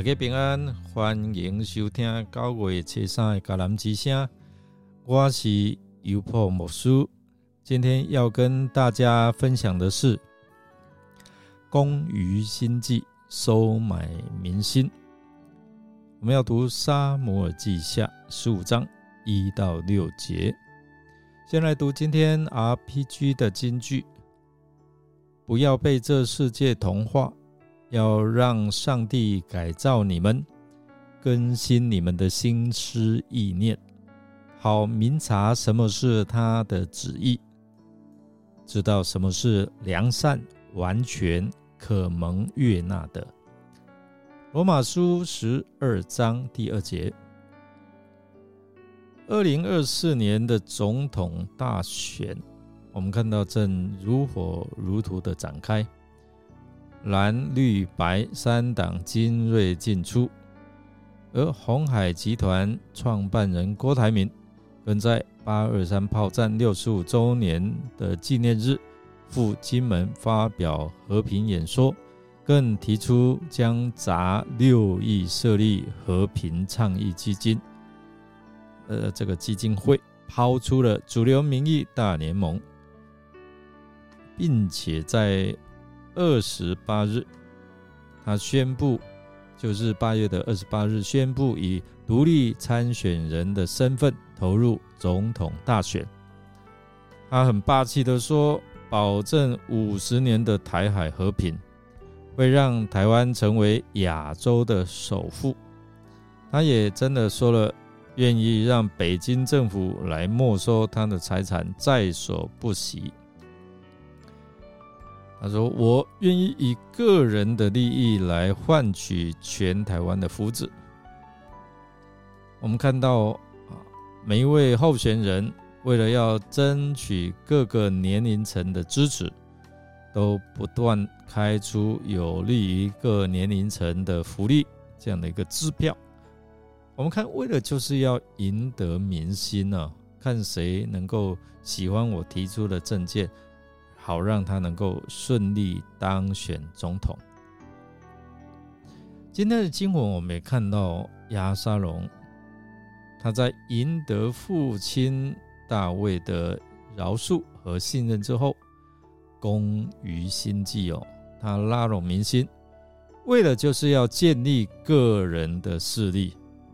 家平安，欢迎收听9月初3的迦南之声。我是尤破牧师，今天要跟大家分享的是工于心计，收买民心。我们要读撒母耳记下15章1到6节。先来读今天 RPG 的金句：不要被这世界同化，要让上帝改造你们，更新你们的心思意念，好明察什么是他的旨意，知道什么是良善、完全、可蒙悦纳的。罗马书12章第2节。2024年的总统大选，我们看到正如火如荼的展开，蓝绿白三党精锐尽出，而鸿海集团创办人郭台铭更在823炮战65周年的纪念日赴金门发表和平演说，更提出将砸6亿设立和平倡议基金，这个基金会抛出了主流民意大联盟，并且在28日他宣布，就是8月28日宣布以独立参选人的身份投入总统大选。他很霸气的说，保证50年的台海和平，会让台湾成为亚洲的首富。他也真的说了，愿意让北京政府来没收他的财产，在所不惜。他说，我愿意以个人的利益来换取全台湾的福祉。我们看到每一位候选人为了要争取各个年龄层的支持，都不断开出有利于各年龄层的福利这样的一个支票。我们看，为了就是要赢得民心啊，看谁能够喜欢我提出的政见，好让他能够顺利当选总统。今天的经文我们也看到押沙龙，他在赢得父亲大卫的饶恕和信任之后，工于心计他拉拢民心，为了就是要建立个人的势力，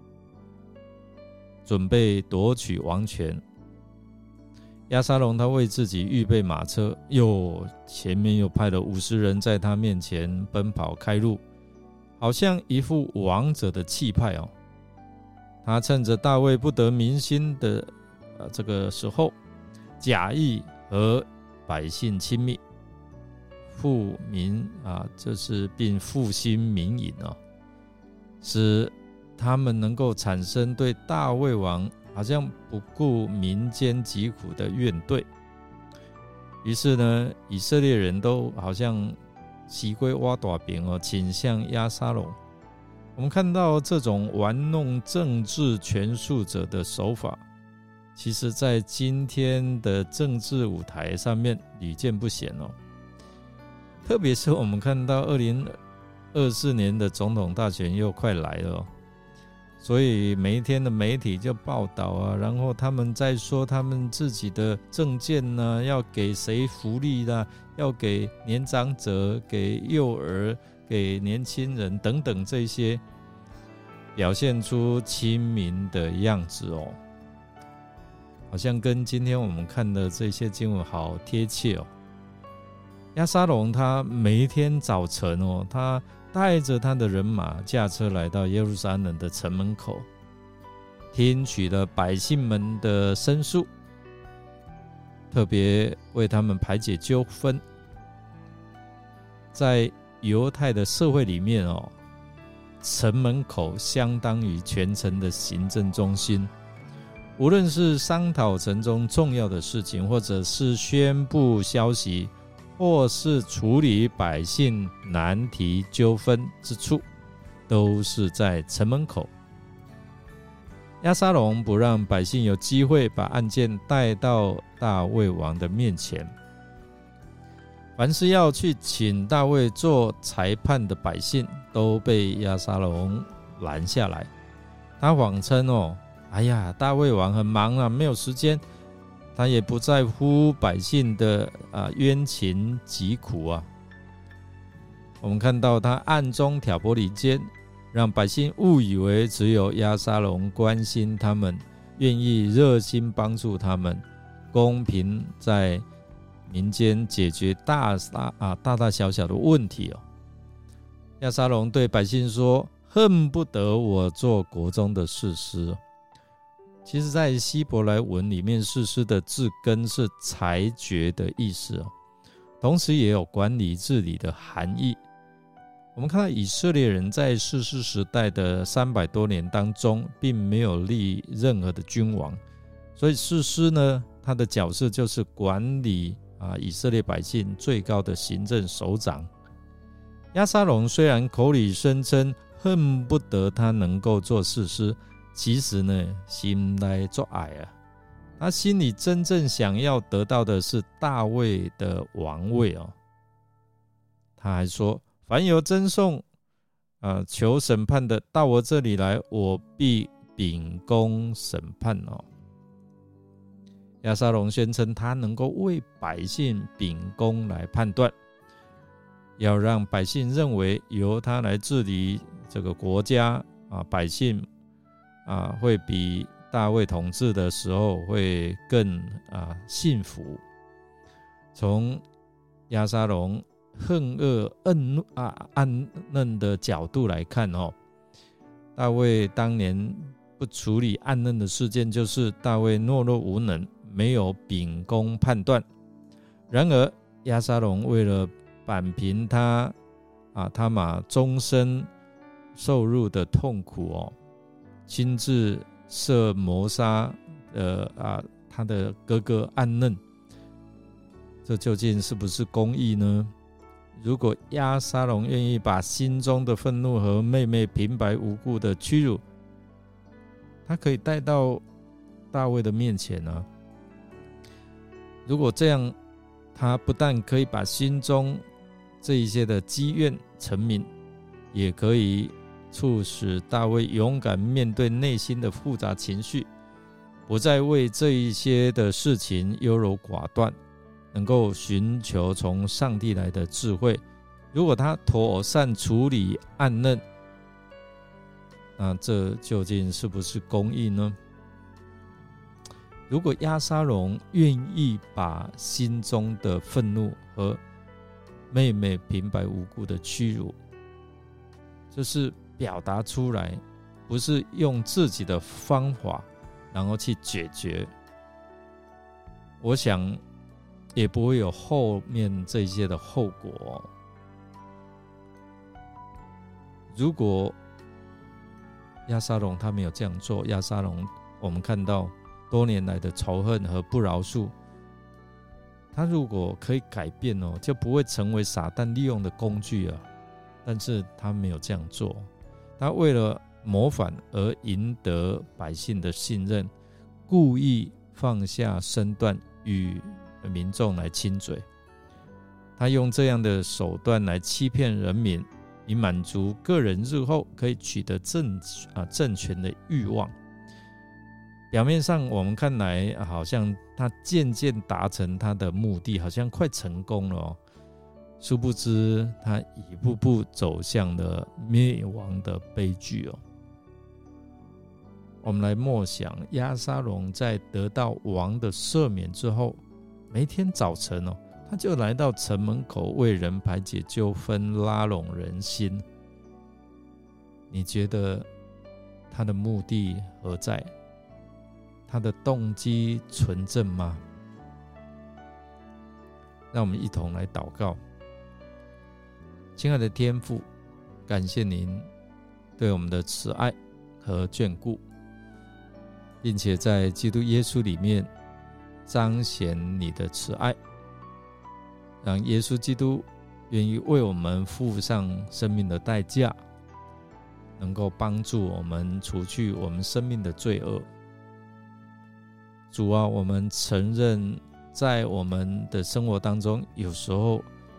准备夺取王权。押沙龙他为自己预备马车，前面又派了50人在他面前奔跑开路，好像一副王者的气派他趁着大卫不得民心的这个时候，假意和百姓亲密，富民并复兴民隐使他们能够产生对大卫王好像不顾民间疾苦的怨怼。于是呢，以色列人都好像西归挖大饼倾向押沙龙。我们看到这种玩弄政治权术者的手法，其实在今天的政治舞台上面屡见不鲜特别是我们看到2024年的总统大选又快来了所以每一天的媒体就报道然后他们在说他们自己的政见要给谁福利要给年长者、给幼儿、给年轻人等等，这些表现出亲民的样子好像跟今天我们看的这些经文好贴切押沙龙他每一天早晨他带着他的人马驾车来到耶路撒冷的城门口，听取了百姓们的申诉，特别为他们排解纠纷。在犹太的社会里面城门口相当于全城的行政中心，无论是商讨城中重要的事情，或者是宣布消息，或是处理百姓难题纠纷之处，都是在城门口。押沙龙不让百姓有机会把案件带到大卫王的面前， 凡是要去请大卫做裁判的百姓，都被押沙龙拦下来。他谎称哎呀，大卫王很忙啊，没有时间。他也不在乎百姓的冤情疾苦啊。我们看到他暗中挑拨离间，让百姓误以为只有押沙龙关心他们，愿意热心帮助他们，公平在民间解决大大小小的问题押沙龙对百姓说：“恨不得我做国中的士师。”其实在希伯来文里面，士师的字根是裁决的意思同时也有管理治理的含义。我们看到以色列人在士师时代的300多年当中，并没有立任何的君王，所以士师呢，他的角色就是管理以色列百姓最高的行政首长。押沙龙虽然口里声称恨不得他能够做士师，其实呢，心内作爱他心里真正想要得到的是大卫的王位他还说：“凡有争讼求审判的，到我这里来，我必秉公审判押沙龙宣称他能够为百姓秉公来判断，要让百姓认为由他来治理这个国家百姓会比大卫统治的时候会更幸福。从押沙龙恨恶暗嫩的角度来看大卫当年不处理暗嫩的事件，就是大卫懦弱无能，没有秉公判断。然而押沙龙为了扳平他终身受辱的痛苦亲自设谋杀他的哥哥暗嫩，这究竟是不是公义呢？如果押沙龙愿意把心中的愤怒和妹妹平白无故的屈辱，他可以带到大卫的面前如果这样，他不但可以把心中这一些的积怨成名，也可以促使大卫勇敢面对内心的复杂情绪，不再为这一些的事情优柔寡断，能够寻求从上帝来的智慧。如果他妥善处理暗嫩，那这究竟是不是公义呢？如果押沙龙愿意把心中的愤怒和妹妹平白无故的屈辱，就是表达出来，不是用自己的方法然后去解决，我想也不会有后面这些的后果如果押沙龙他没有这样做，押沙龙我们看到多年来的仇恨和不饶恕，他如果可以改变就不会成为撒旦利用的工具但是他没有这样做，他为了谋反而赢得百姓的信任，故意放下身段与民众来亲嘴，他用这样的手段来欺骗人民，以满足个人日后可以取得政权的欲望。表面上我们看来好像他渐渐达成他的目的，好像快成功了殊不知他一步步走向了灭亡的悲剧我们来默想，押沙龙在得到王的赦免之后，每天早晨他就来到城门口为人排解纠纷，拉拢人心。你觉得他的目的何在？他的动机纯正吗？让我们一同来祷告。亲爱的天父，感谢您对我们的慈爱和眷顾，并且在基督耶稣里面彰显你的慈爱，让耶稣基督愿意为我们付上生命的代价，能够帮助我们除去我们生命的罪恶。主啊，我们承认在我们的生活当中，有时候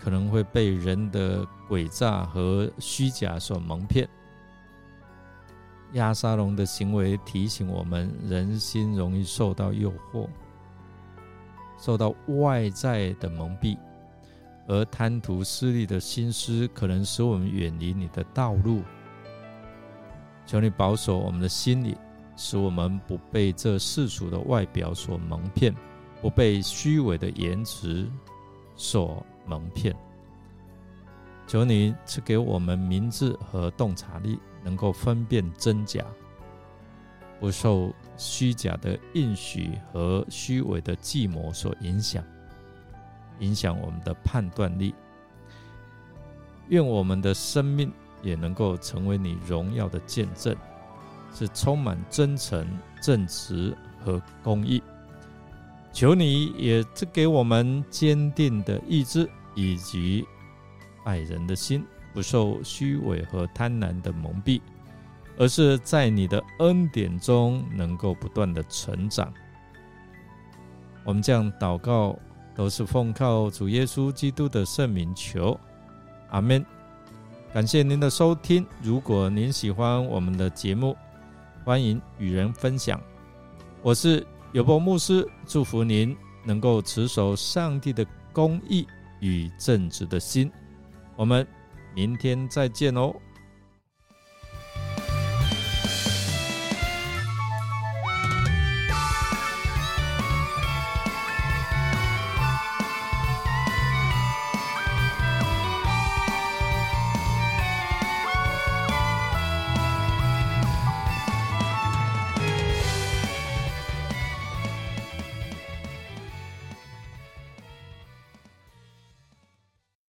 可能会被人的诡诈和虚假所蒙骗。押沙龙的行为提醒我们，人心容易受到诱惑，受到外在的蒙蔽，而贪图私利的心思可能使我们远离你的道路。求你保守我们的心里，使我们不被这世俗的外表所蒙骗，不被虚伪的言辞所蒙骗。求你赐给我们明智和洞察力，能够分辨真假，不受虚假的应许和虚伪的计谋所影响我们的判断力。愿我们的生命也能够成为你荣耀的见证，是充满真诚、正直和公义。求你也赐给我们坚定的意志，以及爱人的心，不受虚伪和贪婪的蒙蔽，而是在你的恩典中能够不断的成长。我们这样祷告，都是奉靠主耶稣基督的圣名求，阿们。感谢您的收听，如果您喜欢我们的节目，欢迎与人分享。我是友波牧师，祝福您能够持守上帝的公义与正直的心。我们明天再见哦。